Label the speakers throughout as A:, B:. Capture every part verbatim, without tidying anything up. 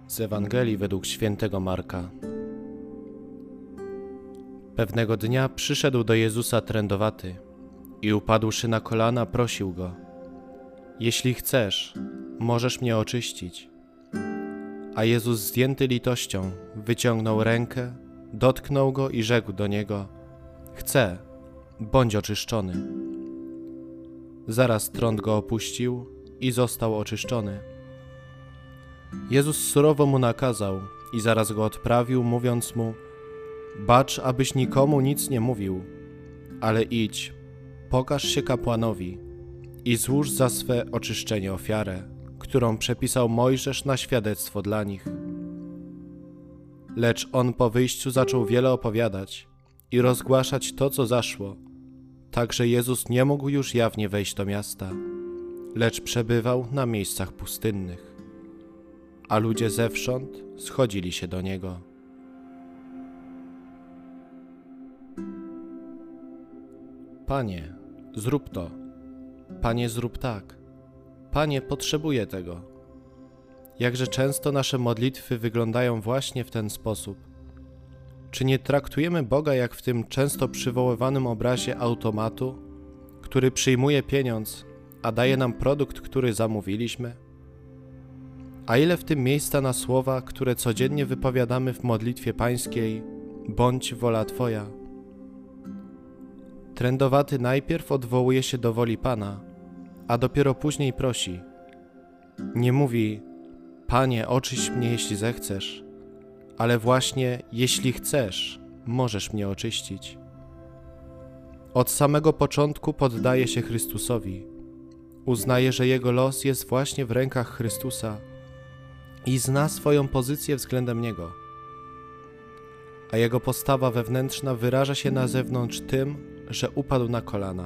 A: Z Ewangelii według świętego Marka. Pewnego dnia przyszedł do Jezusa trędowaty i upadłszy na kolana prosił Go: Jeśli chcesz, możesz mnie oczyścić. A Jezus zdjęty litością wyciągnął rękę, dotknął Go i rzekł do Niego: Chcę, bądź oczyszczony. Zaraz trąd Go opuścił i został oczyszczony. Jezus surowo mu nakazał i zaraz go odprawił, mówiąc mu: Bacz, abyś nikomu nic nie mówił, ale idź, pokaż się kapłanowi i złóż za swe oczyszczenie ofiarę, którą przepisał Mojżesz na świadectwo dla nich. Lecz on po wyjściu zaczął wiele opowiadać i rozgłaszać to, co zaszło, tak że Jezus nie mógł już jawnie wejść do miasta, lecz przebywał na miejscach pustynnych, a ludzie zewsząd schodzili się do Niego. Panie, zrób to. Panie, zrób tak. Panie, potrzebuję tego. Jakże często nasze modlitwy wyglądają właśnie w ten sposób. Czy nie traktujemy Boga jak w tym często przywoływanym obrazie automatu, który przyjmuje pieniądz, a daje nam produkt, który zamówiliśmy? A ile w tym miejsca na słowa, które codziennie wypowiadamy w modlitwie pańskiej: bądź wola Twoja. Trędowaty najpierw odwołuje się do woli Pana, a dopiero później prosi. Nie mówi: Panie, oczyść mnie, jeśli zechcesz, ale właśnie: jeśli chcesz, możesz mnie oczyścić. Od samego początku poddaje się Chrystusowi. Uznaje, że jego los jest właśnie w rękach Chrystusa i zna swoją pozycję względem Niego. A jego postawa wewnętrzna wyraża się na zewnątrz tym, że upadł na kolana.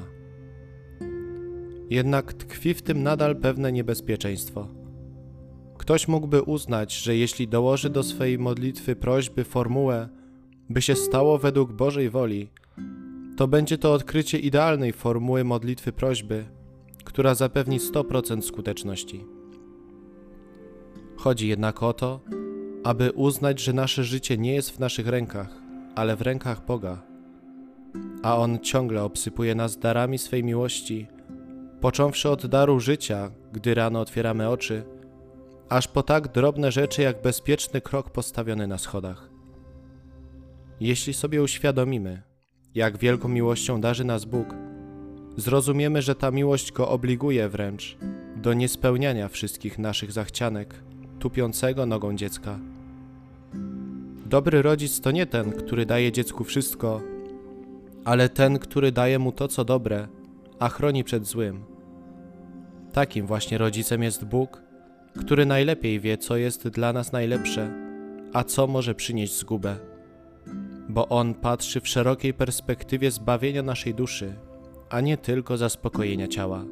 A: Jednak tkwi w tym nadal pewne niebezpieczeństwo. Ktoś mógłby uznać, że jeśli dołoży do swej modlitwy prośby formułę, by się stało według Bożej woli, to będzie to odkrycie idealnej formuły modlitwy prośby, która zapewni sto procent skuteczności. Chodzi jednak o to, aby uznać, że nasze życie nie jest w naszych rękach, ale w rękach Boga, a On ciągle obsypuje nas darami swej miłości, począwszy od daru życia, gdy rano otwieramy oczy, aż po tak drobne rzeczy jak bezpieczny krok postawiony na schodach. Jeśli sobie uświadomimy, jak wielką miłością darzy nas Bóg, zrozumiemy, że ta miłość Go obliguje wręcz do niespełniania wszystkich naszych zachcianek, tupiącego nogą dziecka. Dobry rodzic to nie ten, który daje dziecku wszystko, ale ten, który daje mu to, co dobre, a chroni przed złym. Takim właśnie rodzicem jest Bóg, który najlepiej wie, co jest dla nas najlepsze, a co może przynieść zgubę, bo On patrzy w szerokiej perspektywie zbawienia naszej duszy, a nie tylko zaspokojenia ciała.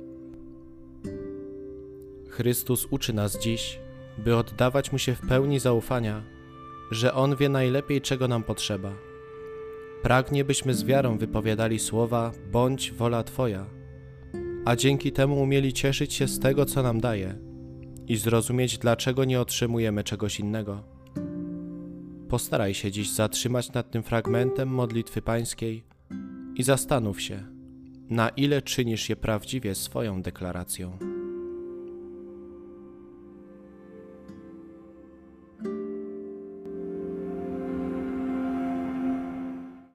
A: Chrystus uczy nas dziś, by oddawać Mu się w pełni zaufania, że On wie najlepiej, czego nam potrzeba. Pragnie, byśmy z wiarą wypowiadali słowa: bądź wola Twoja, a dzięki temu umieli cieszyć się z tego, co nam daje i zrozumieć, dlaczego nie otrzymujemy czegoś innego. Postaraj się dziś zatrzymać nad tym fragmentem modlitwy pańskiej i zastanów się, na ile czynisz je prawdziwie swoją deklaracją.